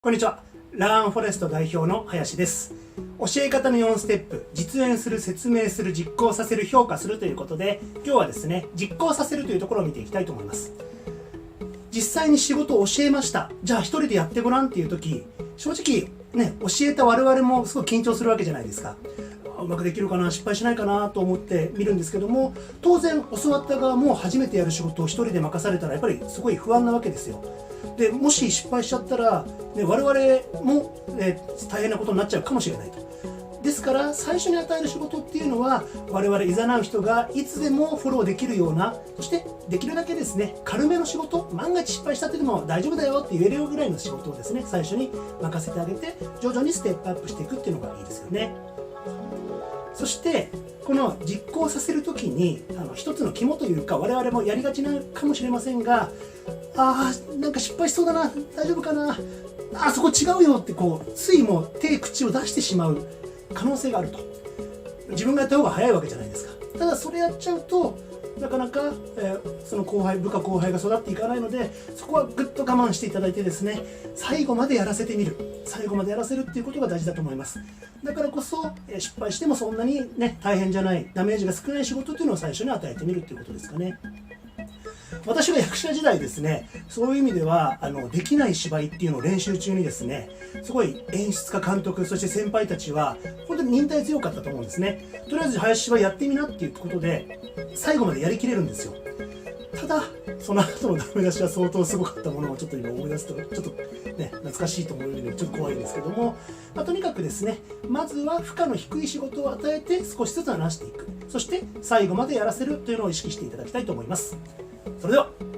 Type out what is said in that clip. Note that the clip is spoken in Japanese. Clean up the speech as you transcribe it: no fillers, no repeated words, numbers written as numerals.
こんにちは。ラーンフォレスト代表の林です。教え方の4ステップ、実演する、説明する、実行させる、評価するということで、今日はですね、実行させるというところを見ていきたいと思います。実際に仕事を教えました。じゃあ一人でやってごらんっていう時、正直ね、教えた我々もすごい緊張するわけじゃないですか。うまくできるかな、失敗しないかなと思って見るんですけども、当然教わった側も初めてやる仕事を一人で任されたらやっぱりすごい不安なわけですよ。でもし失敗しちゃったら、ね、我々も、大変なことになっちゃうかもしれないと。ですから最初に与える仕事っていうのは、我々いざなう人がいつでもフォローできるような、そしてできるだけですね、軽めの仕事、万が一失敗したってでも大丈夫だよって言えるよぐらいの仕事をですね、最初に任せてあげて、徐々にステップアップしていくっていうのがいいですよね。そしてこの実行させるときに一つの肝というか、我々もやりがちなかもしれませんが、なんか失敗しそうだな、大丈夫かな、そこ違うよってついもう手口を出してしまう可能性があると。自分がやった方が早いわけじゃないですか。ただそれやっちゃうとなかなか、その部下後輩が育っていかないので、そこはぐっと我慢していただいてですね、最後までやらせてみる、最後までやらせるっていうことが大事だと思います。だからこそ、失敗してもそんなにね大変じゃない、ダメージが少ない仕事っていうのを最初に与えてみるっていうことですかね。私が役者時代ですね、そういう意味ではできない芝居っていうのを練習中にですね、すごい演出家、監督、そして先輩たちは本当に忍耐強かったと思うんですね。とりあえず林芝居やってみなっていうことで最後までやりきれるんですよ。ただその後のダメ出しは相当すごかったものをちょっと今思い出すとちょっとね懐かしいと思うのでちょっと怖いんですけども、とにかくですね、まずは負荷の低い仕事を与えて少しずつ話していく、そして最後までやらせるというのを意識していただきたいと思います。それでは。